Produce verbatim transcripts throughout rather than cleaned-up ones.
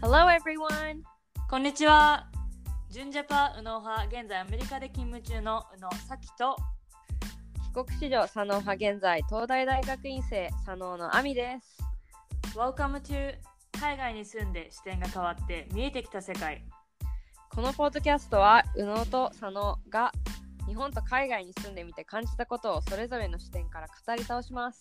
Hello everyone! こんにちは。ジュンジャパ右脳派、現在アメリカで勤務中の宇野咲と帰国子女左脳派、現在東大大学院生左脳の亜美です。 Welcome to 海外に住んで視点が変わって見えてきた世界。 このポッドキャストは右脳と左脳が日本と海外に住んでみて感じたことをそれぞれの視点から語り倒します。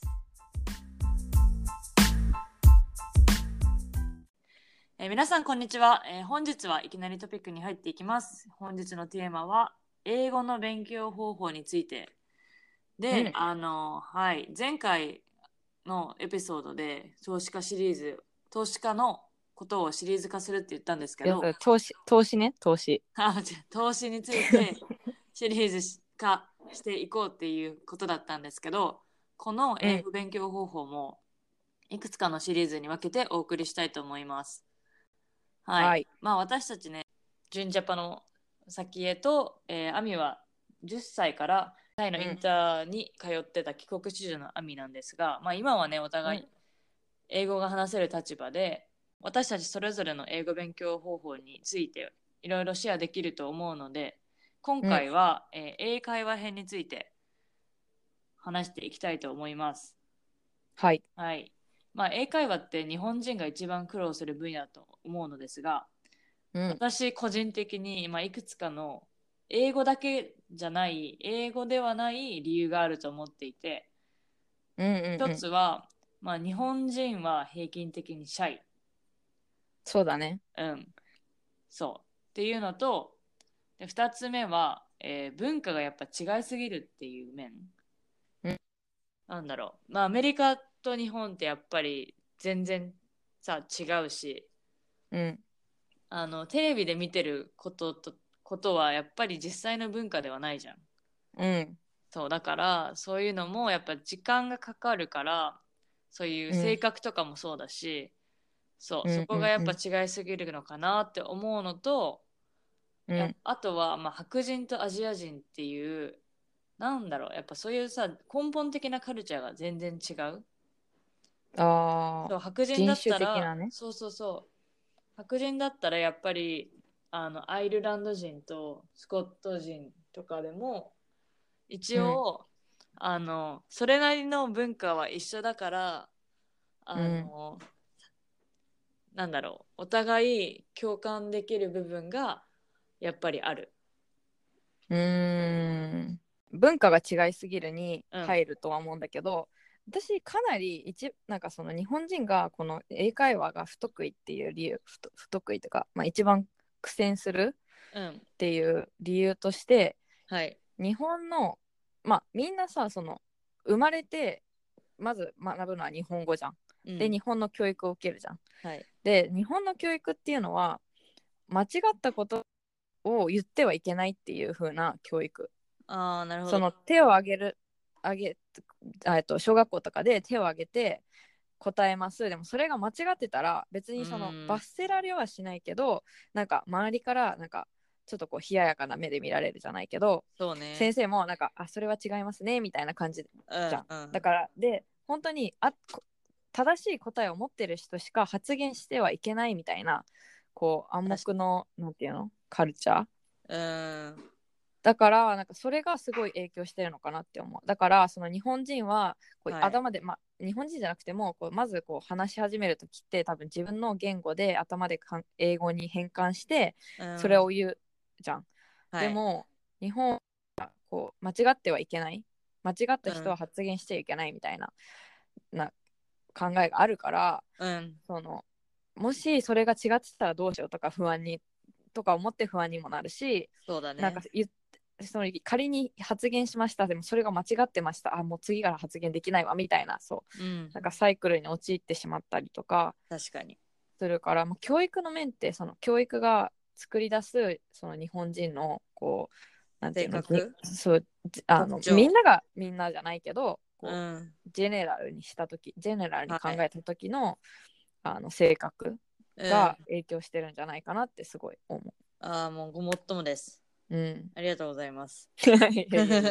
えー、皆さんこんにちは、えー、本日はいきなりトピックに入っていきます。本日のテーマは英語の勉強方法についてで、うん、あのはい前回のエピソードで投資家シリーズ投資家のことをシリーズ化するって言ったんですけど、 投資投資ね投資投資についてシリーズ化していこうっていうことだったんですけど、この英語勉強方法もいくつかのシリーズに分けてお送りしたいと思います。はい、はい、まあ私たちね、ジュンジャパの先へと、えー、アミはじゅっさいからタイのインターに通ってた帰国子女のアミなんですが、まあ今はねお互い英語が話せる立場で、私たちそれぞれの英語勉強方法についていろいろシェアできると思うので、今回は、うん、えー、英会話編について話していきたいと思います。 はい、 はい。まあ、英会話って日本人が一番苦労する分野だと思うのですが、うん、私個人的に、まあ、いくつかの英語だけじゃない英語ではない理由があると思っていて、 うんうんうん、 一つは、まあ、日本人は平均的にシャイ。 そうだね。 うん。そうっていうのと、でふたつめは、えー、文化がやっぱ違いすぎるっていう面。 うん、 なんだろう、まあ、アメリカと日本ってやっぱり全然さ違うし、 うん、 あのテレビで見てることとことはやっぱり実際の文化ではないじゃん。 うん、 そうだからそういうのもやっぱ時間がかかるから、そういう性格とかもそうだし、うん、そう、そこがやっぱ違いすぎるのかなって思うのと、うん、あとは、まあ、白人とアジア人っていうなんだろう、やっぱそういうさ根本的なカルチャーが全然違う。 あそう白人だったら、 ね、 そうそうそう白人だったらやっぱりあのアイルランド人とスコット人とかでも一応、うん、あのそれなりの文化は一緒だからあの、うん、なんだろうお互い共感できる部分がやっぱりある。 うーん文化が違いすぎるに入るとは思うんだけど、うん、私かなり一なんかその日本人がこの英会話が不得意っていう理由 不, 不得意とか、まあ、一番苦戦するっていう理由として、 うん、はい、 日本のまあみんなさその生まれてまず学ぶのは日本語じゃん、うん、で日本の教育を受けるじゃん、はい、で日本の教育っていうのは間違ったことを言ってはいけないっていう風な教育。 あー、なるほど。 その手を挙げる挙げえっと小学校とかで手を挙げて答えます。でもそれが間違ってたら別にその罰せられはしないけど、なんか周りからなんかちょっとこう冷ややかな目で見られるじゃないけど、 そうね、 先生もなんかあそれは違いますねみたいな感じじゃん、うんうん、だからで本当にあ正しい答えを持ってる人しか発言してはいけないみたいなこう暗黙のなんていうのカルチャー、うん、だからなんかそれがすごい影響してるのかなって思う。だからその日本人はこう頭で、はい、まあ日本人じゃなくてもこうまずこう話し始めるときって多分自分の言語で頭でかん英語に変換してそれを言うじゃん、うん、でも、はい、日本はこう間違ってはいけない、間違った人は発言してはいけないみたいな、うん、な考えがあるから、うん、そのもしそれが違ってたらどうしようとか不安にとか思って不安にもなるし、 そうだね、 なんかその仮に発言しました、でもそれが間違ってました、あもう次から発言できないわみたいな、そう、うん、なんかサイクルに陥ってしまったりとか確かにするから、もう教育の面ってその教育が作り出すその日本人のこうなんていうのそうあのみんながみんなじゃないけどこう、うん、ジェネラルにした時ジェネラルに考えた時の、はい、あの性格が影響してるんじゃないかなってすごい思う、 うん、ああもうごもっともです、うん、ありがとうございます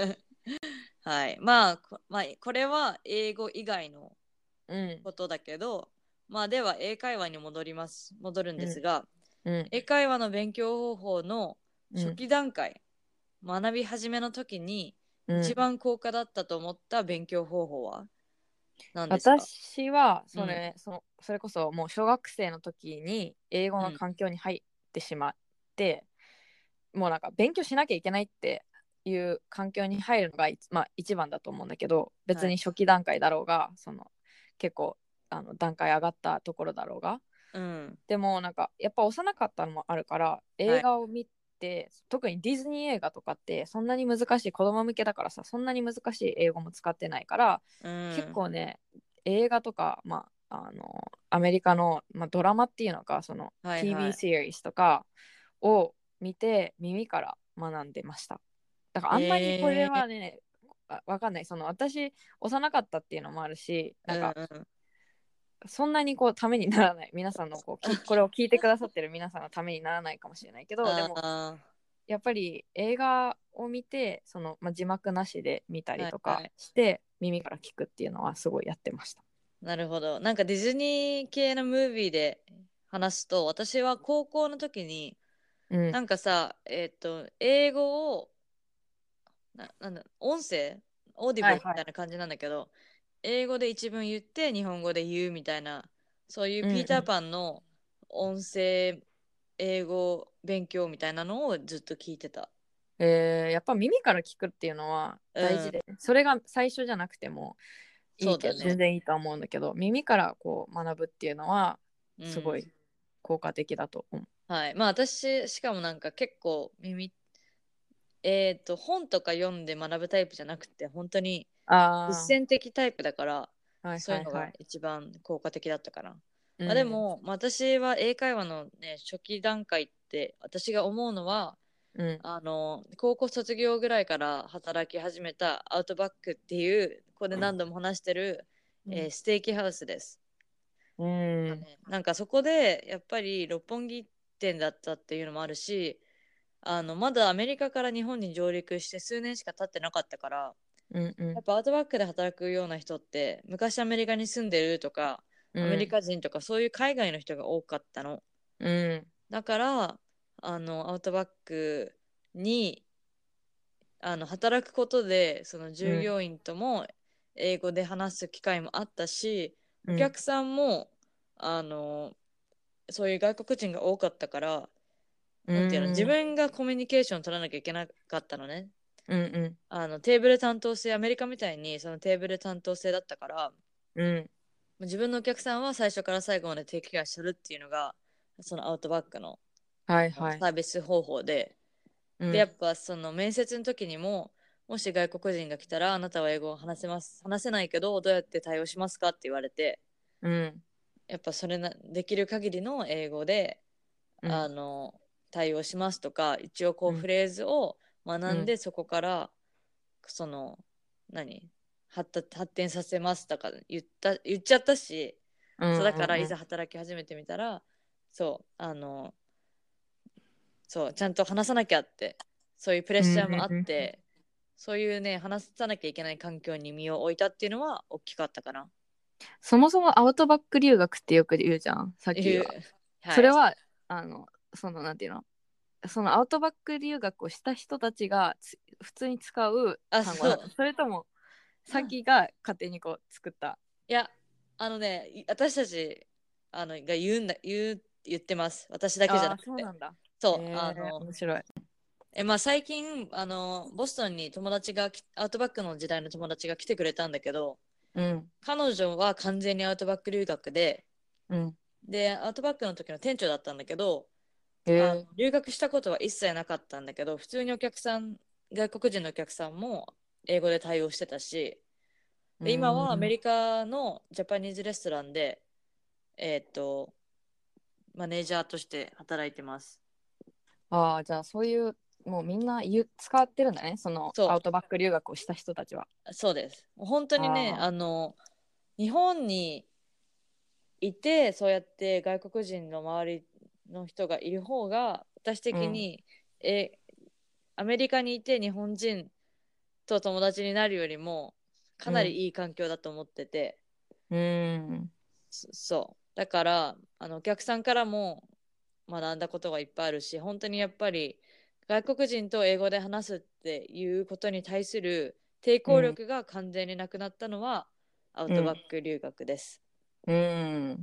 はい、まあ、まあこれは英語以外のことだけど、 まあでは英会話に戻ります戻るんですが、 うん、 英会話の勉強方法の初うん、 期段階、学び始めの時にうん。 一番効果だったと思った勉強方法は何ですか？ 私はうん、 それ、そのそれこそもう小学生の時に英語うん、 の環境に入ってしまって、もうなんか勉強しなきゃいけないっていう環境に入るのが、まあ、一番だと思うんだけど、別はい、 に初期段階だろうが、その結構あの段階上がったところだろうが、 うん、 でもなんかやっぱ幼かったのもあるから、映はい、 画を見て、特にディズニー映画とかってそんなに難しい、子供向けだからさ、そんなに難しい英語も使ってないから、 うん、 結構ね、映画とか、まあ、あのアメリカの、まあ、ドラマっていうのか、そのはい、はティービーい。 シリーズとかを見て耳から学んでました。だからあんまりこれえー、 はね、あわかんない。その私、幼かったっていうのもあるし、なんか、 うん、うん。 そんなにこうためにならない。皆さんのこうきこれを聞いてくださってる皆さんのためにならないかもしれないけど、でも、 あやっぱり映画を見て、その、まあ、字幕なしで見たあ、 りとかはいはい。 して、耳から聞くっていうのはすごいやってました。 なるほど。なんかディズニー系のムービーで話すと、私は高校の時に、 うん。 なんかさ、えっと、英語を、な、なんだ、音声オーディブルみはいはい。 たいな感じなんだけど、英語で一文言って日本語で言うみたいな、そういうピーターうんうん。 パンの音声英語勉強みたいなのをずっと聞いてた。 えー、やっぱ耳から聞くっていうのはうん、 大事で、それが最初じゃなくてもいいけど、全そうだね。 然いいと思うんだけど、耳からこう学ぶっていうのはうん。 すごい効果的だと思う。 はい。まあ私、しかもなんか結構耳、えっと、本とか読んで学ぶタイプじゃなくて、本当にあ実践的タイプだから、 あ、はいそういうのがはいはい。 一番効果的だったかな。まあ、でうん、 も、まあ私は英会話のね、初期段階って、私が思うのは、 うん、 あの、高校卒業ぐらいから働き始めたアウトバックっていう、ここで何度も話してる、 うん、 えーステーキハウスです。 うん、 なんかね、なんかそこで、やっぱり六本木店だったっていうのもあるし、あの、まだアメリカから日本に上陸して数年しか経ってなかったから、 うん、うん、 やっぱアウトバックで働くような人って昔アメリカに住んでるとかアメリうん、 カ人とかそういう海外の人が多かったの。 うん、 だからあのアウトバックにあの働くことでそのうん、 従業員とも英語で話す機会もあったし、 うん、 お客さんもあのそういう外国人が多かったから、 うなんていうの、自ん、 分がコミュニケーション取らなきゃいけなかったのね。 うん、 あのテーブル担当制、アメリカみたいにそのテーブル担当制だったから、 うん、 自分のお客さんは最初から最後までテイクケアするっていうのがそのアウトバックのはいはい。 サービス方法で、でやっうん、 ぱその面接の時にも、もし外国人が来たらあなたは英語を話せます話せないけどどうやって対応しますかって言われて、 うん、 やっぱそれなできる限りの英語でうん、 あの対応しますとか、一応こうん、 うフレーズをうん、 学んでそこからその何発発展させますとか言った言っちゃったし、 うん、 そうだからうん、 いざ働き始めてみたら、そうあのそうちゃんと話さなきゃって、そういうプレッうん、 シャーもあっうん。 て、そういうね話さなきゃいけない環境に身を置いたっていうのは大きかったかな。 そもそもアウトバック留学ってよく言うじゃん、さっきは。 いう、はい。 それは、あの、その、なんていうの、そのアウトバック留学をした人たちがつ普通に使うあ、 単語なの？ そう。 それとも、さっきが勝手にこう作った？ いや、あのね、私たちあのが言うんだ言う言ってます。私だけじゃああ、 なくて。 そうなんだ。 そう、あえー、 の面白い。 え、まあ、最近、あの、ボストンに友達がき、アウトバックの時代の友達が来てくれたんだけど、 うん、 彼女は完全にアウトバック留学で、 うん。 で、アウトバックの時の店長だったんだけど、あえの留学したことは一切なかったんだけど、普通にお客さん、外国人のお客さんも英語で対応してたし、 ー、うで、今はアメん。 リカのジャパニーズレストランで、えーっと、マネージャーとして働いてます。 ああ、じゃあそういう、もうみんな言う使ってるんだね、そのアそウトバック留学をした人たちは。 う、そうです。本当にね、 ああ、 あの、日本にいてそうやって外国人の周りの人がいる方が私うん、 的にえアメリカにいて日本人と友達になるよりもかうん、 なりいい環境だと思ってて、 うん。 そそだからあのお客さんからも学んだことがいっぱいあるし、本当にやっぱり外国人と英語で話すっていうことに対する抵抗力が完全になくなったのは、アウトバック留学です。 うん。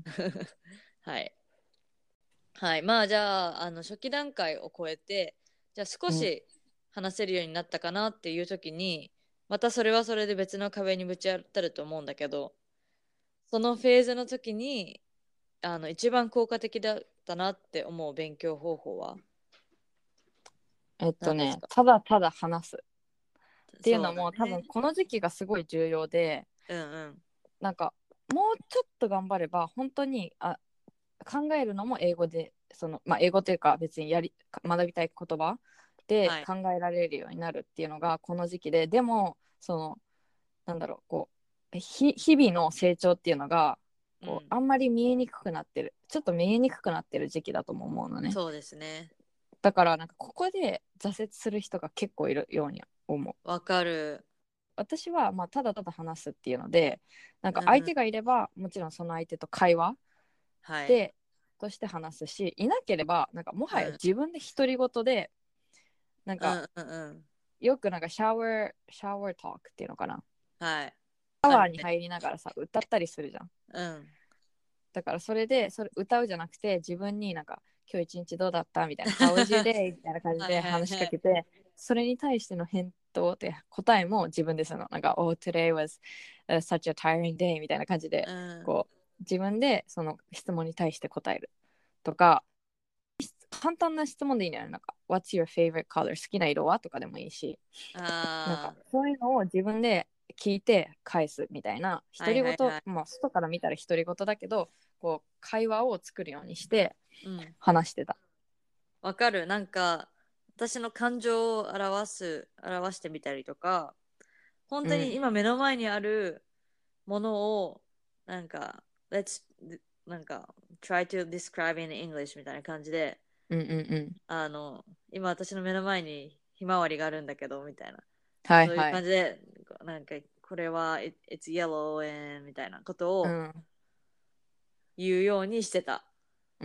はい。はい。まあじゃあ、あの初期段階を超えて、じゃあ少し話せるようになったかなっていう時に、またそれはそれで別の壁にぶち当たると思うんだけど、そのフェーズの時に、あの一番効果的だったなって思う勉強方法はえっとね、 何ですか？ ただただ話すっていうのも、 そうだね。 多分この時期がすごい重要で、 うんうん。 なんかもうちょっと頑張れば本当にあ考えるのも英語で、そのまあ英語というか別にやり学びたい言葉ではい。 考えられるようになるっていうのがこの時期で、でもそのなんだろう、こうひ日々の成長っていうのがこううん。 あんまり見えにくくなってる、ちょっと見えにくくなってる時期だとも思うのね。 そうですね。 だからなんかここで挫折する人が結構いるように思う。 わかる。 私はまあただただ話すっていうので、なんかうん。 相手がいればもちろんその相手と会話はい。 でとして話すし、いなければなんかもはやうん。 自分で独り言で、なんかうんうんうん。 よくなんかシャワーシャワートークっていうのかな、 はい。 シャあるね。 ワーに入りながらさ歌ったりするじゃん。 うん。 だからそれでそれ歌うじゃなくて、自分になんか今日一日どうだったみたいな How was your day みたいな感じはいで話しはいはい。 かけて、それに対しての返答って答えも自分でするの。なんか Oh today was、uh, such a tiring day みたいな感じで、 うん。 こう自分でその質問に対して答えるとか、簡単な質問でいいのよ。なんか What's your favorite color? 好きな色はとかでもいいし、なんかあそういうのを自分で聞いて返すみたいなあ。は独り言、 いはいはい。 まあ外から見たら独り言だけど、こう会話を作るようにしてうん。 話してた。 わかる。なんか、私の感情を表す、表してみたりとか、本当にうん今目の前にあるものを、なんか、let's、なんか、try to describe in English みたいな感じで、 うんうんうん。 あの、今私の目の前にひまわりがあるんだけど、みたいな。そういうはいはい。 感じで、なんか、これは、it- it's yellow and みたいなことをうん言うようにしてたうん。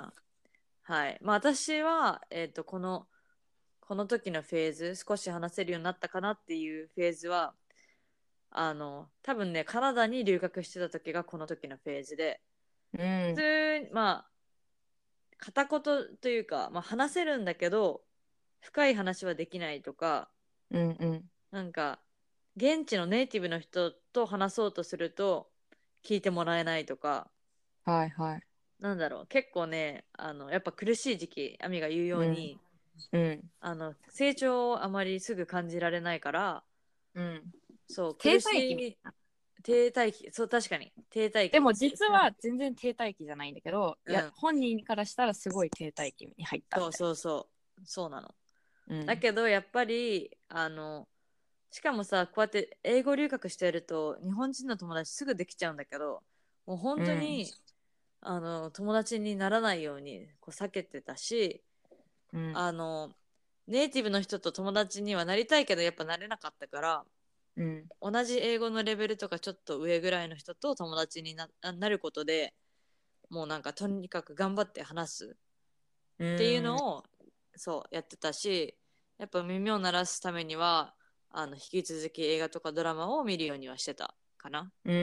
かな。はい。まあ私は、えっと、この、この時のフェーズ、少し話せるようになったかなっていうフェーズは、あの、多分ね、カナダに留学してた時がこの時のフェーズで、普うん通に、まあ、片言というか、まあ話せるんだけど、深い話はできないとか、 うんうん。 なんか、現地のネイティブの人と話そうとすると、聞いてもらえないとか、 はいはい。 なんだろう、結構ね、あの、やっぱ苦しい時期、アミが言うよううんに、 うんあの、成長をあまりすぐ感じられないから、 うん。 そう、苦停滞期みしいたいな。 停滞期、そう、確かに、停滞期。 でも実は全然停滞期じゃないんだけど、いやうん、 本人からしたらすごい停滞期に入ったそうみたいそうそう、そうなの。 な。うんだけど、やっぱり、あの、しかもさ、こうやって英語留学してると、日本人の友達すぐできちゃうんだけど、もう本うん当に、あの、友達にならないようにこう避けてたし、 うんあの、ネイティブの人と友達にはなりたいけど、やっぱなれなかったから、 うん同じ英語のレベルとかちょっと上ぐらいの人と友達にな、なることでもうなんかとにかく頑張って話すうっていうん。 のをそうやってたし、やっぱ耳を鳴らすためにはあの引き続き映画とかドラマを見るようにはしてたかな。 うん。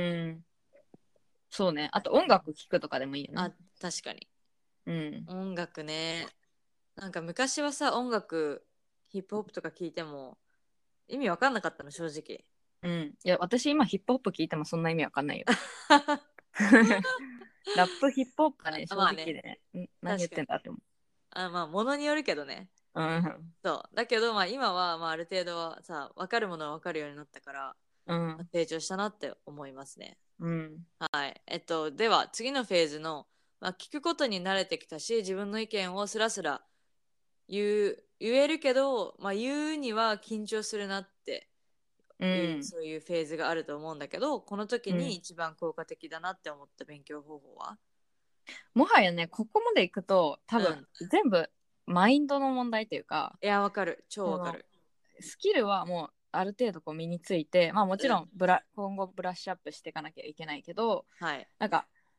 そうね。あと音楽聴くとかでもいいよね。 あ、確かに。 うん。 音楽ね。なんか昔はさ、音楽ヒップホップとか聞いても意味わかんなかったの正直。 うん。いや、私今ヒップホップ聞いてもそんな意味わかんないよ。ラップヒップホップはね、 あ、 正まあね、 直ね、ん何言っ確かに。 てんだって思あ、まあ、ものによるけどね。 う。うん。 そう。だけど、まあ、今は、まあ、ある程度はさ、分かるものは分かるようになったから、 うん。 成長したなって思いますね。 うん。 はい。えっと、では、次のフェーズの、まあ、聞くことに慣れてきたし、自分の意見をスラスラ言う、言えるけど、まあ、言うには緊張するなっていう、 うん。 そういうフェーズがあると思うんだけど、この時うん。 に一番効果的だなって思った勉強方法は？ もはやね、ここまでいくと、多分うん。 全部マインドの問題というか、 いや、わかる。超そのわかる。 スキルはもうある程度こう身について、まあもちろんうん。 ブラ今後ブラッシュアップしていかなきゃいけないけど、 はい。 なんか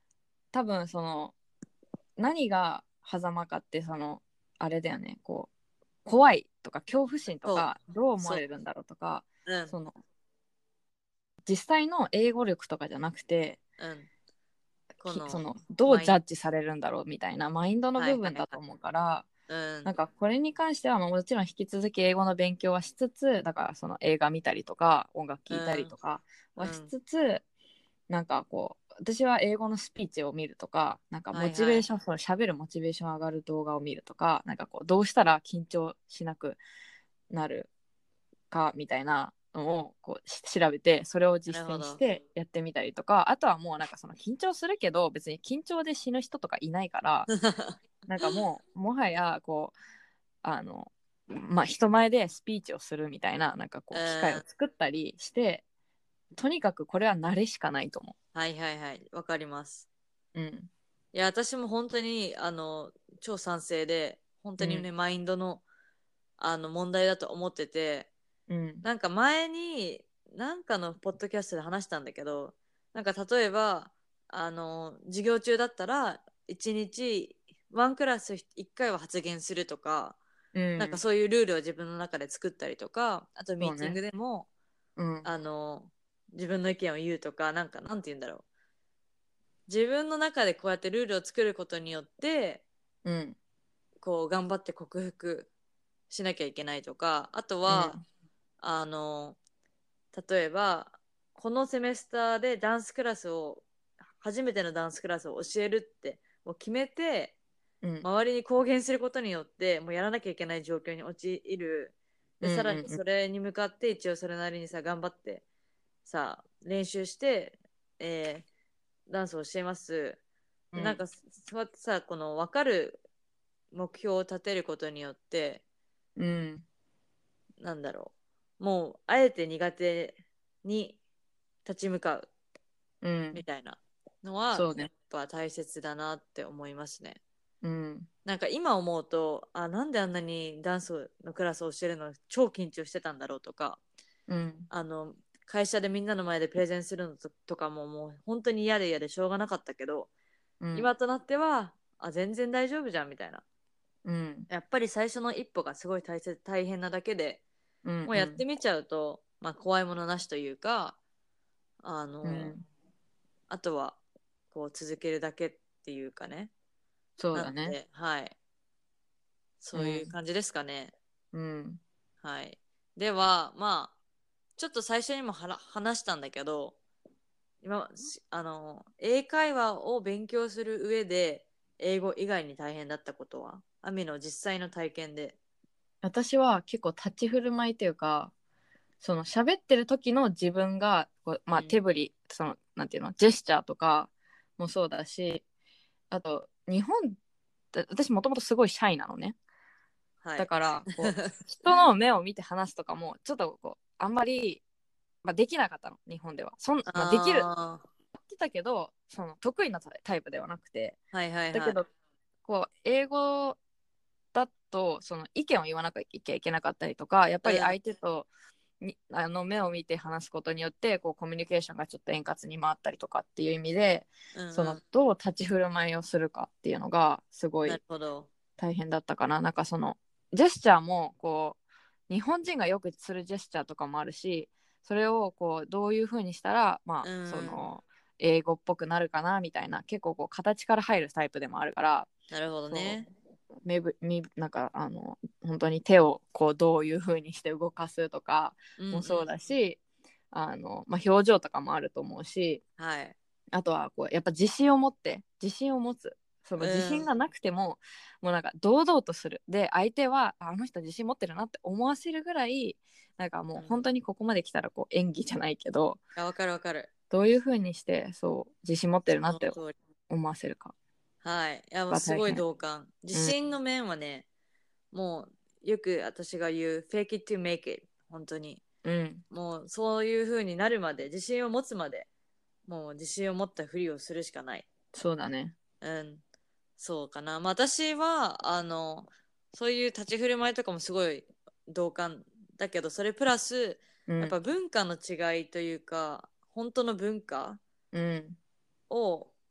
多分その何が狭間かってそのあれだよね、こう怖いとか恐怖心とそうかどう思そうわれるんだろうとか、 うんその実際の英語力とかじゃなくて、 うんこきそののどうマインジャッジされるんだろうみたいなマインドの部分はいはいはいだと思うから、 うんなんかこれに関してはまあもちろん引き続き英語の勉強はしつつ、だからその映画見たりとか音楽聴いたりとかはしうんつつ、なんかこう私は英語のスピーチを見るとか、なんかモチはいはいベーション、その喋るモチベーション上がる動画を見るとか、なんかこうどうしたら緊張しなくなるかみたいなのをこうし調べて、それを実践しなるほどてやってみたりとか、あとはもうなんかその緊張するけど別に緊張で死ぬ人とかいないから、なんかもうもはやこうあのまあ人前でスピーチをするみたいな、なんかこうんう機会を作ったりして、とにかくこれは慣れしかないと思はいはいはいわかります。 う。うんいや私も本当にあの超賛成で本当にね、 うんマインドのあの問題だと思ってて、 うんなんか前になんかのポッドキャストで話したんだけど、なんか例えばあの授業中だったらいちにちワンクラスいっかいは発言するとか、なんかうん、 そういうルールを自分の中で作ったりとか、あとミーティンそうね。 グでもうんあの自分の意見を言うとか、なんかなんて言うんだろう、自分の中でこうやってルールを作ることによってうんこう頑張って克服しなきゃいけないとか、あとはうんあの例えばこのセメスターでダンスクラスを初めてのダンスクラスを教えるってもう決めてうん周りに公言することによってもうやらなきゃいけない状況に陥る。でうんさらにうんそれに向かって一応それなりにさ頑張ってさ練習して、えーダンスを教えます。でなんかそうやってさこの分かる目標を立てることによってうんなんだろう、もうあえて苦手に立ち向かううんみたいなのはやっそうね。 ぱ大切だなって思いますね。 うんなんか今思うと、あ、なんであんなにダンスのクラスを教えるの超緊張してたんだろうとか、 うんあの会社でみんなの前でプレゼンするのととかももう本当に嫌で嫌でしょうがなかったけど、 うん今となってはあ全然大丈夫じゃんみたいな。 うんやっぱり最初の一歩がすごい大切大変なだけで、 うんもうやってみちゃうと、まあ、怖いものなしというか、あのうんあとはこう続けるだけっていうかね。 そうだね。 なので、はい。そういう感じですかね。 うんはい。では、まあ、ちょっと最初にもはら話したんだけど、今、しあの、英会話を勉強する上で、英語以外に大変だったことは、アミの実際の体験で。 私は結構立ち振る舞いというか、その喋ってる時の自分がこう、まあ、 うん手振り、そのなんていうのジェスチャーとかもそうだし、あと日本って私もともとすごいシャイなのね。 はい。 だからこう人の目を見て話すとかもちょっとこうあんまり、まあ、できなかったの日本では。そん、まあ、できるあってたけど、その得意なタイプではなくて、 あ、はいはいはい。 だけどこう英語だとその意見を言わなきゃいけなかったりとか、やっぱりうん相手とにあの目を見て話すことによってこうコミュニケーションがちょっと円滑に回ったりとかっていう意味で、そのうんうん。 どう立ち振る舞いをするかっていうのがすごなるいほど。 大変だったかな。なんかそのジェスチャーもこう日本人がよくするジェスチャーとかもあるし、それをこうどういう風にしたらまあそうん。 の英語っぽくなるかなみたいな、結構こう形から入るタイプでもあるから、 なるほどそね。 う目ぶみなんかあの本当に手をこうどういう風にして動かすとかうんうん。 もそうだし、あの、まあ、表情とかもあると思うし、 はい。 あとはこうやっぱ自信を持って自信を持つ、その自信うん。 がなくてももうなんか堂々とする、で相手はあの人自信持ってるなって思わせるぐらい、なんかもううん、い本当にここまで来たらこう演技じゃないけど、 や、わかるわかる。 どういう風にしてそう自信持ってるなってその通り。 思わせるかはい。いや、もうすごいが大変。 同感。自うん信の面はね、もうよく私が言う fake it to make it。本当に。 うんもうそういう風になるまで、自信を持つまで、もう自信を持ったふりをするしかない。 そうだね。 うん。そうかな。まあ私は、あの、そういう立ち振る舞いとかもすごい同感だけど、それプラス、やっぱうん文化の違いというか、本当の文化うんを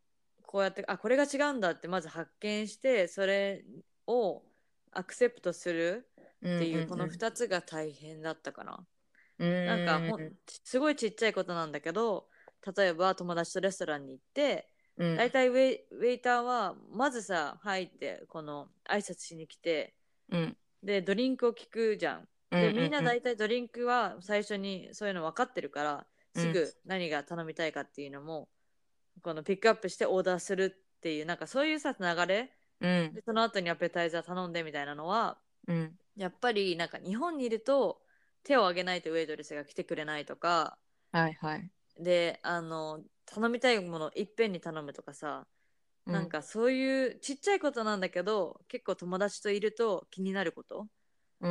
こうやってあこれが違うんだってまず発見してそれをアクセプトするっていう、このふたつが大変だったかな。 うんうん、 なんかほんすごいちっちゃいことなんだけど、例えば友達とレストランに行ってだいたいウェイ、ウェイターはまずさ入ってこの挨拶しに来て、 うん、 でドリンクを聞くじゃん。でみんなだいたいドリンクは最初にそういうの分かってるからすぐ何が頼みたいかっていうのもこのピックアップしてオーダーするっていうなんかそういうさ流れ、 うん、 でその後にアペタイザー頼んでみたいなのは、 うん、 やっぱりなんか日本にいると手を挙げないとウェイトレスが来てくれないとか、 はいはい、 であの頼みたいものいっぺんに頼むとかさ、 うん、 なんかそういうちっちゃいことなんだけど結構友達といると気になることうん、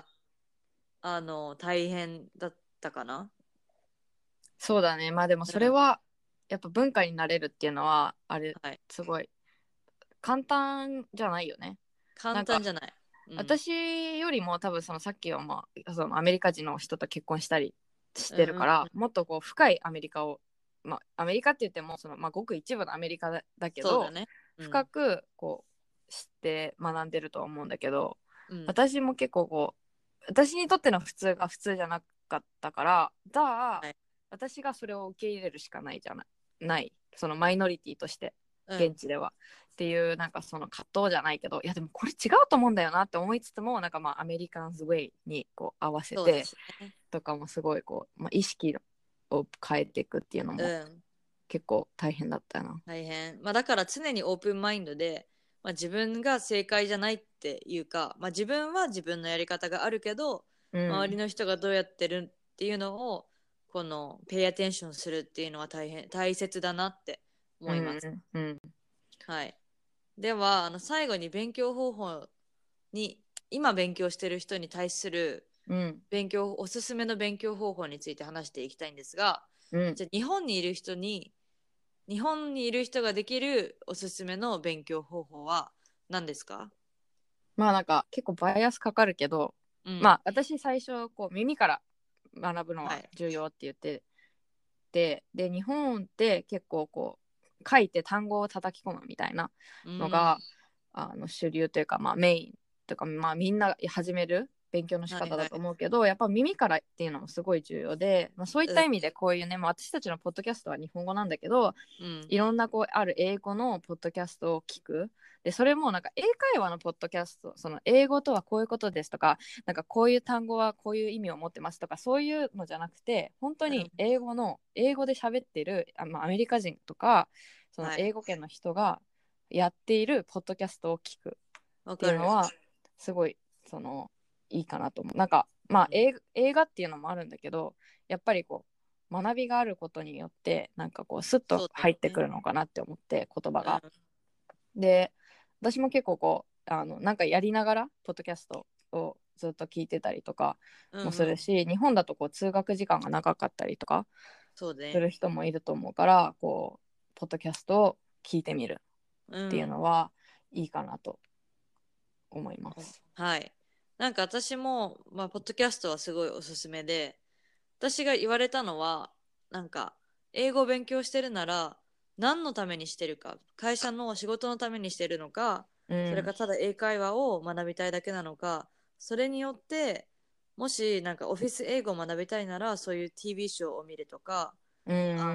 が、あの大変だったかな。 そうだね。まあでもそうん、 れはやっぱ文化になれるっていうのはあれはい、 すごい簡単じゃないよね。な簡んか単じゃない。うん、 私よりも多分そのさっきはまあそのアメリカ人の人と結婚したりしうんうんてるからもっとこう深いアメリカを、まあアメリカって言ってもその、まあ、ごく一部のアメリカだ、だけどそうだね。うん、 深くこう知って学んでるとは思うんだけど、 うん、 私も結構こう私にとっての普通が普通じゃなかったからじゃあはい、 私がそれを受け入れるしかないじゃないないそのマイノリティとしてうん、 現地ではっていうなんかその葛藤じゃないけどいやでもこれ違うと思うんだよなって思いつつもなんかまあアメリカンズウェイにこう合わせてそうですね。 とかもすごいこう、まあ、意識を変えていくっていうのもうん、 結構大変だったな。 大変。まあだから常にオープンマインドで、まあ、自分が正解じゃないっていうか、まあ、自分は自分のやり方があるけど、 うん、 周りの人がどうやってるっていうのをこのペイアテンションするっていうのは大変大切だなってう思います。 ん、うん、 はい。ではあの最後に勉強方法に今勉強してる人に対するうん、 勉強おすすめの勉強方法について話していきたいんですが、 うん。 じゃあ日本にいる人に日本にいる人ができるおすすめの勉強方法は何ですか？ まあなんか結構バイアスかかるけど、 うん。 まあ私最初こう耳から学ぶのははい。 重要って言っててで日本って結構こう書いて単語を叩き込むみたいなうん。 のがあの主流というか、まあ、メインというか、まあ、みんな始める勉強の仕方だとはいはい。 思うけどやっぱ耳からっていうのもすごい重要で、まあ、そういっうん。 た意味でこういうね、まあ、私たちのポッドキャストは日本語なんだけどうん。 いろんなこうある英語のポッドキャストを聞く。でそれもなんか英会話のポッドキャストその英語とはこういうことですとかなんかこういう単語はこういう意味を持ってますとかそういうのじゃなくて本当にうん。 英語の英語で喋ってるあ、まあ、アメリカ人とかそのはい。 英語圏の人がやっているポッドキャストを聞くっていわかる。 うのはすごいそのいいかなと思う。なんかまあうん。 映映画っていうのもあるんだけどやっぱりこう学びがあることによってなんかこうスッとそうだよね。 入ってくるのかなって思って言葉が。 うん。 で私も結構こうあのなんかやりながらポッドキャストをずっと聞いてたりとかもすうんうん。 るし日本だとこう通学時間が長かったりとかそうね。 する人もいると思うからこうポッドキャストを聞いてみるっていううん。 のはいいかなと思います。 はい。なんか私も、まあ、ポッドキャストはすごいおすすめで、私が言われたのは、なんか、英語を勉強してるなら、何のためにしてるか、会社の仕事のためにしてるのか、それうん、 かただ英会話を学びたいだけなのか、それによって、もしなんかオフィス英語を学びたいなら、そういう ティーブイ ショーを見るとか、 うん、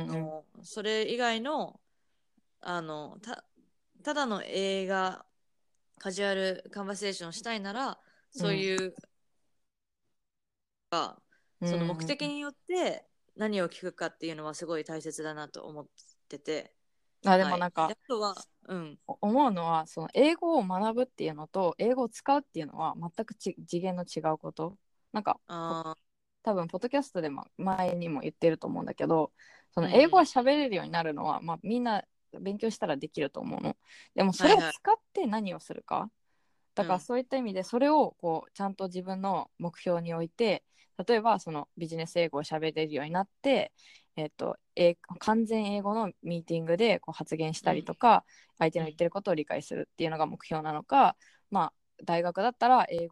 うん、 あの、それ以外の、あの、た、ただの映画、カジュアルカンバセーションしたいなら、 うん、 そういううその目的ん。 によって何を聞くかっていうのはすごい大切だなと思ってて、 あではい。 もなんかで、あとは、うん、 思うのはその英語を学ぶっていうのと英語を使うっていうのは全くち次元の違うこと。なんかあ多分ポッドキャストでも前にも言ってると思うんだけどそー、うの英語ん、 は喋れるようになるのは、まあ、みんな勉強したらできると思うの。でもそれをはいはい、 使って何をするかだからうん、 そういった意味でそれをこうちゃんと自分の目標に置いて例えばそのビジネス英語を喋れるようになって、えっと、え完全英語のミーティングでこう発言したうん、 りとか相手うん、 の言ってることを理解するっていうのが目標なのか、まあ、大学だったら英語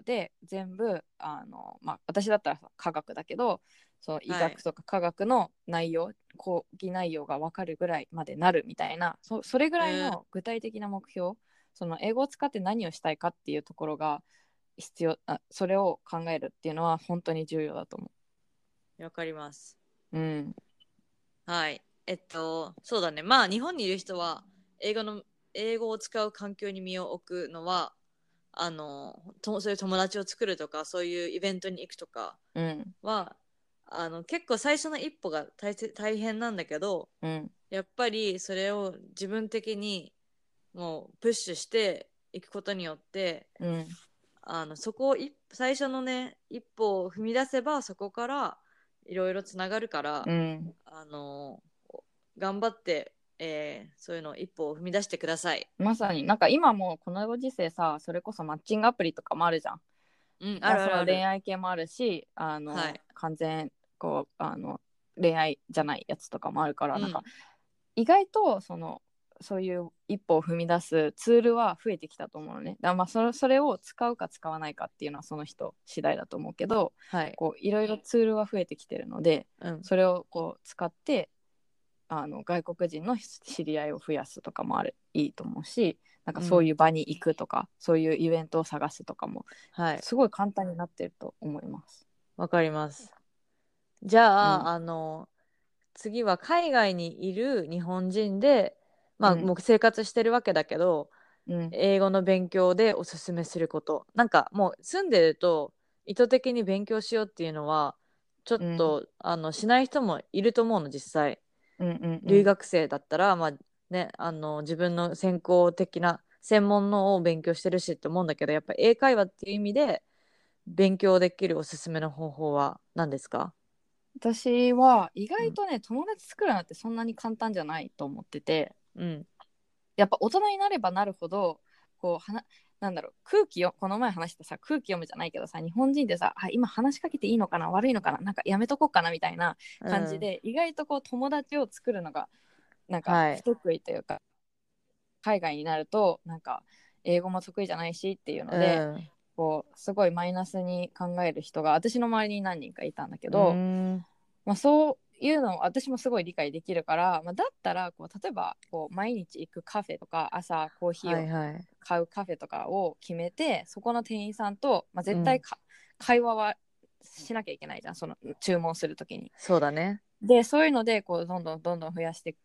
業で全部あの、まあ、私だったら科学だけどその医学とか科学の内容、はい、講義内容が分かるぐらいまでなるみたいな そ, それぐらいの具体的な目標、その英語を使って何をしたいかっていうところが必要、あそれを考えるっていうのは本当に重要だと思う。わかります。 うん。 はい。えっとそうだね。まあ日本にいる人は英語の英語を使う環境に身を置くのはあのとそういう友達を作るとかそういうイベントに行くとかは、うん、あの結構最初の一歩が 大, 大変なんだけど、 うん、 やっぱりそれを自分的にもうプッシュしていくことによって、 うん、 あのそこを最初のね一歩を踏み出せばそこからいろいろつながるから、 うん、 あの頑張って、えー、そういうの一歩を踏み出してください。 まさになんか今もこのご時世さ、それこそマッチングアプリとかもあるじゃん。 うん、 まあ、そのあるあるある。 恋愛系もあるし、あの、 はい、 完全こうあの恋愛じゃないやつとかもあるから、 うん、 なんか意外とそのそういう一歩を踏み出すツールは増えてきたと思うのね。だからまあそれ、それを使うか使わないかっていうのはその人次第だと思うけど、 はい、 こういろいろツールは増えてきてるので、 うん、 それをこう使ってあの外国人の知り合いを増やすとかもあるいいと思うし、なんかそういう場に行くとか、うん、そういうイベントを探すとかも、はい、すごい簡単になってると思います。 わかります。じゃあ、うん、あの次は海外にいる日本人で、まあ、うん、もう生活してるわけだけど、うん、英語の勉強でおすすめすること、なんかもう住んでると意図的に勉強しようっていうのはちょっと、うん、あのしない人もいると思うの実際、うんうんうん、留学生だったら、まあね、あの自分の専攻的な専門のを勉強してるしって思うんだけど、やっぱり英会話っていう意味で勉強できるおすすめの方法は何ですか？ 私は意外とね、うん、友達作るのってそんなに簡単じゃないと思ってて、うん、やっぱ大人になればなるほどこうはななんだろう空気をこの前話したさ空気読むじゃないけどさ、日本人でさあ今話しかけていいのかな悪いのかななんかやめとこうかなみたいな感じで、うん、意外とこう友達を作るのがなんか不得意というか、はい、海外になるとなんか英語も得意じゃないしっていうので、うん、こうすごいマイナスに考える人が私の周りに何人かいたんだけど、まあ、そういうのを私もすごい理解できるから、まあ、だったらこう例えばこう毎日行くカフェとか朝コーヒーを買うカフェとかを決めて、はいはい、そこの店員さんと、まあ、絶対か、うん、会話はしなきゃいけないじゃん、その注文するときに。 そうだね。 でそういうのでこうどんどんどんどん増やしていって、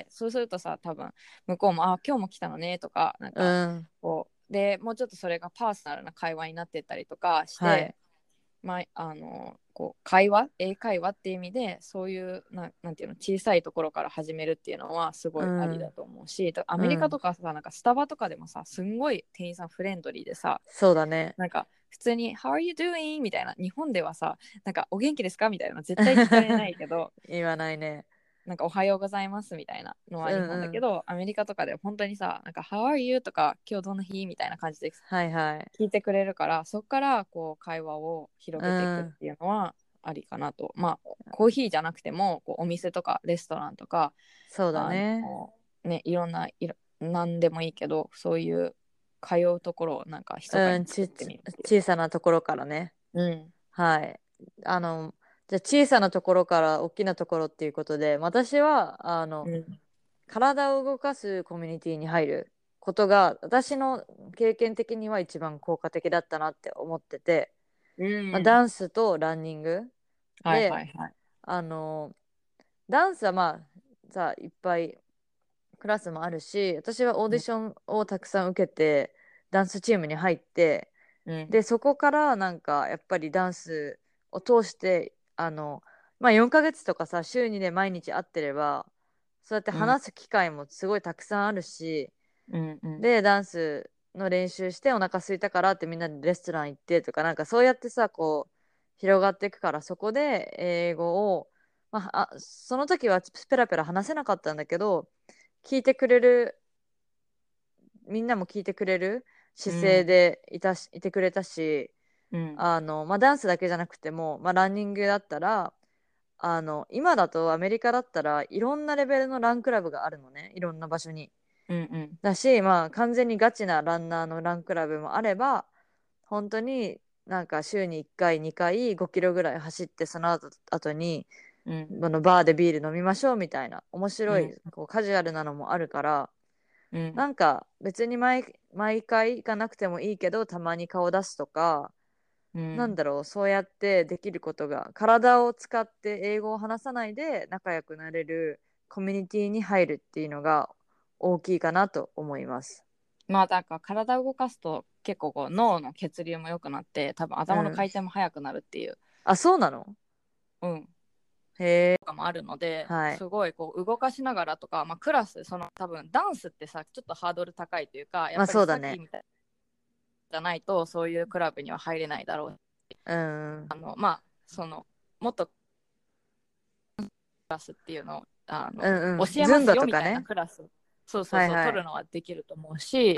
そうするとさ多分向こうもあ今日も来たのねとかなんかこう、うん、でもうちょっとそれがパーソナルな会話になってったりとかして、はい、まあ、あのこう会話英会話っていう意味でそういうななんていうの小さいところから始めるっていうのはすごいありだと思うし、うん、アメリカとかさ、うん、なんかスタバとかでもさすんごい店員さんフレンドリーでさ、 そうだね、 なんか普通に How are you doing? みたいな、日本ではさなんかお元気ですかみたいな絶対聞かれないけど言わないね、 なんかおはようございますみたいなのは日本だけど、うんうん、アメリカとかで本当にさなんか How are you? とか今日どんな日みたいな感じで聞いてくれるから、はいはい、そこからこう会話を広げていくっていうのはありかなと、うん、まあコーヒーじゃなくてもこうお店とかレストランとかそうだね、 ねいろんないろ何でもいいけどそういう通うところをなんか密かに作ってみる、 うん、小さなところからね、 うん、 はいあのじゃあ小さなところから大きなところっていうことで、私はあの、うん、体を動かすコミュニティに入ることが私の経験的には一番効果的だったなって思ってて、うんまあ、ダンスとランニングで、はいはいはい、あのダンスはまあさいっぱいクラスもあるし、私はオーディションをたくさん受けて、うん、ダンスチームに入って、うん、でそこからなんかやっぱりダンスを通してあの、まあ、よんかげつとかさ週にで毎日会ってればそうやって話す機会もすごいたくさんあるし、うんうん、でダンスの練習してお腹空いたからってみんなでレストラン行ってとかなんかそうやってさこう広がっていくから、そこで英語を、まあ、あその時はペラペラ話せなかったんだけど聞いてくれるみんなも聞いてくれる姿勢でいたし、うん、いてくれたし、うん、あのまあ、ダンスだけじゃなくても、まあ、ランニングだったらあの今だとアメリカだったらいろんなレベルのランクラブがあるのね、いろんな場所に、うんうん、だし、まあ、完全にガチなランナーのランクラブもあれば本当になんか週にいっかいにかいごキロぐらい走って、その後後に、うん、あのバーでビール飲みましょうみたいな面白い、うん、こうカジュアルなのもあるから、うん、なんか別に 毎, 毎回行かなくてもいいけどたまに顔出すとか、うん、なんだろう、そうやってできることが、体を使って英語を話さないで仲良くなれるコミュニティに入るっていうのが大きいかなと思います。 まあだから体を動かすと結構こう脳の血流も良くなって多分頭の回転も速くなるっていう、うん、 あ、そうなの？ うんへえ。 とかもあるので、 はい、 すごいこう動かしながらとか、まあ、クラスその多分ダンスってさちょっとハードル高いというか、やっぱりさっきみたいじゃないとそういうクラブには入れないだろうし、 うん、 あのまあそのもっとクラスっていうのをあの、 うんうん、 教えますよみたいなクラス、ね、そうそうそう、はいはい、取るのはできると思うし、うん、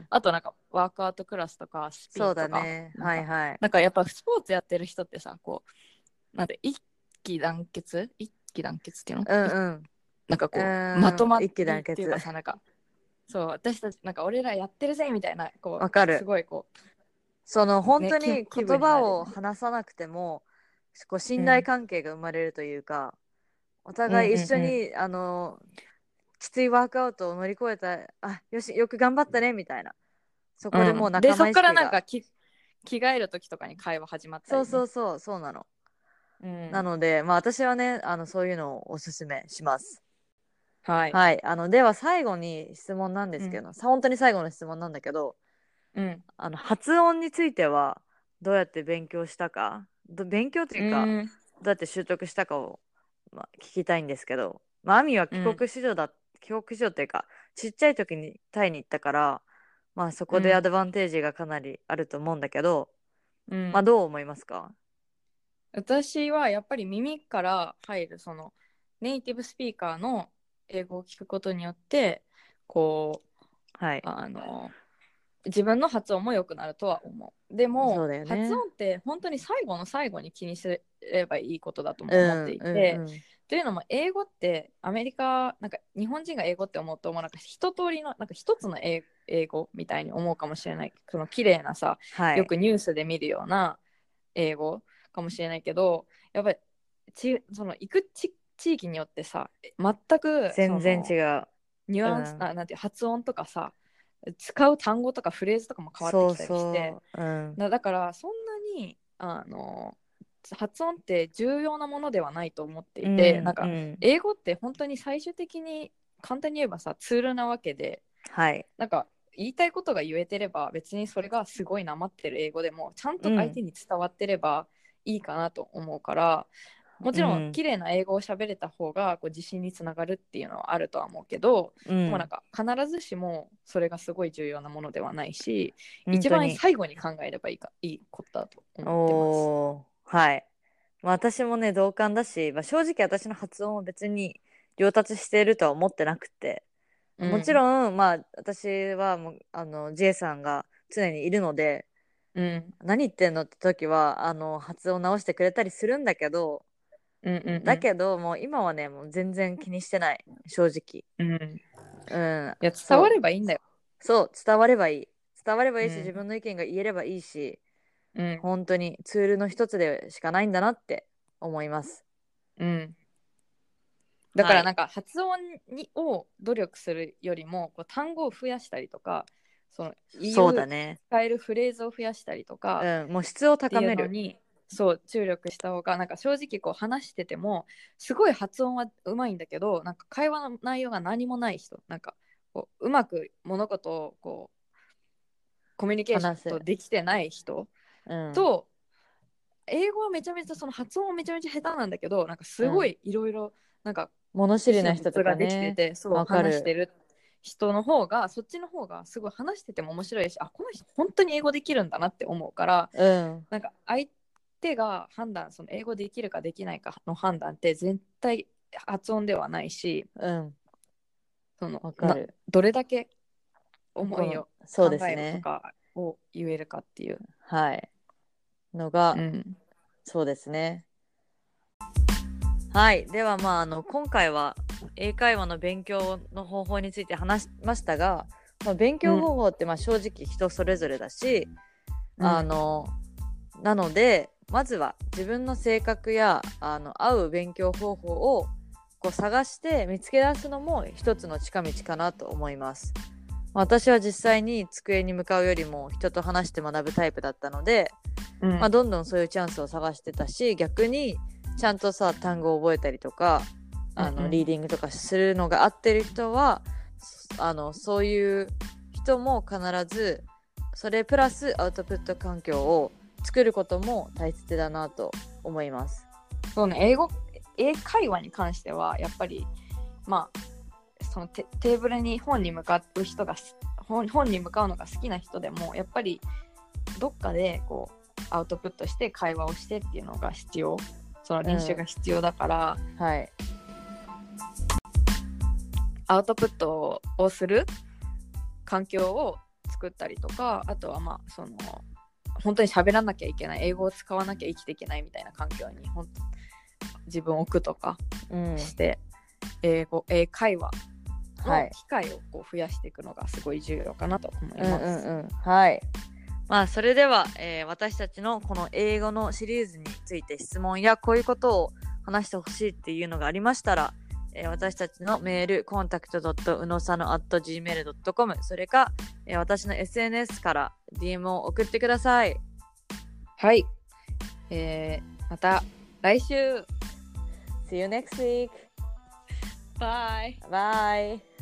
あとなんかワークアウトクラスとかスピンとか、そうだね、はいはい、なんかやっぱスポーツやってる人ってさ、こうなんで一気団結一気団結っていうの、うんうん、なんかこう、うん、まとまってっていうかさ、なんかそう私たちなんか俺らやってるぜみたいな、こうわかる、すごいこうその本当に言葉を話さなくても、ね、こう信頼関係が生まれるというか、うん、お互い一緒に、うんうんうん、あのきついワークアウトを乗り越えた、あ、よしよく頑張ったねみたいな、そこでもう仲間意識が、うん、でそっからなんかき着替える時とかに会話始まったり、ね、 そうそうそうそうなの、うん、なのでまあ私はね、あのそういうのをおすすめします。はい、はい、あのでは最後に質問なんですけど、うん、本当に最後の質問なんだけど、うん、あの発音についてはどうやって勉強したか、勉強というか、うん、どうやって習得したかを、まあ、聞きたいんですけど、まあ、アミは帰国子女だ、うん、帰国子女っていうかちっちゃい時にタイに行ったから、まあ、そこでアドバンテージがかなりあると思うんだけど、うん、まあ、どう思いますか？ 私はやっぱり耳から入るそのネイティブスピーカーの英語を聞くことによってこう、はい、あの自分の発音も良くなるとは思う。でもそうだよね、発音って本当に最後の最後に気にすればいいことだとも思っていて、うんうんうん、というのも英語ってアメリカなんか日本人が英語って思うともうなんか一通りのなんか一つの英語みたいに思うかもしれない、その綺麗なさ、はい、よくニュースで見るような英語かもしれないけど、やっぱりちその行く地域によってさ全く全然違うニュアンス、うん、なんて発音とかさ使う単語とかフレーズとかも変わってきたりして、そうそう、うん、だ, だからそんなにあの発音って重要なものではないと思っていて、うん、なんか英語って本当に最終的に簡単に言えばさツールなわけで、はい、なんか言いたいことが言えてれば別にそれがすごいなまってる英語でもちゃんと相手に伝わってればいいかなと思うから、うん、もちろん綺麗な英語を喋れた方がこう自信につながるっていうのはあるとは思うけど、うん、でもなんか必ずしもそれがすごい重要なものではないし、一番最後に考えればいいかいいことだと思ってます。 おー、はい、まあ、私もね同感だし、まあ、正直私の発音は別に上達しているとは思ってなくて、うん、もちろんまあ私はもうあの J さんが常にいるので、うん、何言ってんのって時はあの発音直してくれたりするんだけど、うんうんうん、だけどもう今はねもう全然気にしてない、正直、うんうん、いや伝わればいいんだよ。 そう伝わればいい伝わればいいし、うん、自分の意見が言えればいいし、うん、本当にツールの一つでしかないんだなって思います。うん、 だからなんか発音にを努力するよりもこう単語を増やしたりとか、そのそうだね、 使えるフレーズを増やしたりとか、 うん、もう質を高めるっていうのにそう注力した方がなんか正直こう話しててもすごい発音はうまいんだけどなんか会話の内容が何もない人、なんかこううまく物事をこうコミュニケーションとできてない人、うん、と英語はめちゃめちゃその発音はめちゃめちゃ下手なんだけどなんかすごいいろいろなんか物知りな人とかねできてて、そう話してる人の方がそっちの方がすごい話してても面白いし、あこの人本当に英語できるんだなって思うから、うん、なんか相手が判断その英語できるかできないかの判断って絶対発音ではないし、うん、そのなどれだけ思いを考えるとかを言えるかっていう、 はいのが、うん、そうですね。はい、ではまああの今回は英会話の勉強の方法について話しましたが、まあ、勉強方法ってまあ正直人それぞれだし、 あの、うん、なのでまずは自分の性格やあの合う勉強方法をこう探して見つけ出すのも一つの近道かなと思います。私は実際に机に向かうよりも人と話して学ぶタイプだったので、うんまあ、どんどんそういうチャンスを探してたし、逆にちゃんとさ単語を覚えたりとかあの、うんうん、リーディングとかするのが合ってる人はあのそういう人も必ずそれプラスアウトプット環境を作ることも大切だなと思います。 そうね、英語英会話に関してはやっぱりまあその テ, テーブルに本に向かう人が 本, 本に向かうのが好きな人でもやっぱりどっかでこうアウトプットして会話をしてっていうのが必要、その練習が必要だから、 うん、はい、 アウトプットをする環境を作ったりとか、あとはまあその本当に喋らなきゃいけない、英語を使わなきゃ生きていけないみたいな環境に本当自分を置くとかして、うん、英語英会話の機会をこう増やしていくのがすごい重要かなと思います。 うんうんうん、はい。まあそれでは、えー、私たちのこの英語のシリーズについて質問やこういうことを話してほしいっていうのがありましたら、えー、私たちのメールコンタクトドットうのさの アットジーメールドットコム それか、えー、私の エスエヌエス から ディーエム を送ってください。 はい、えー、また来週 See you next week. Bye. Bye.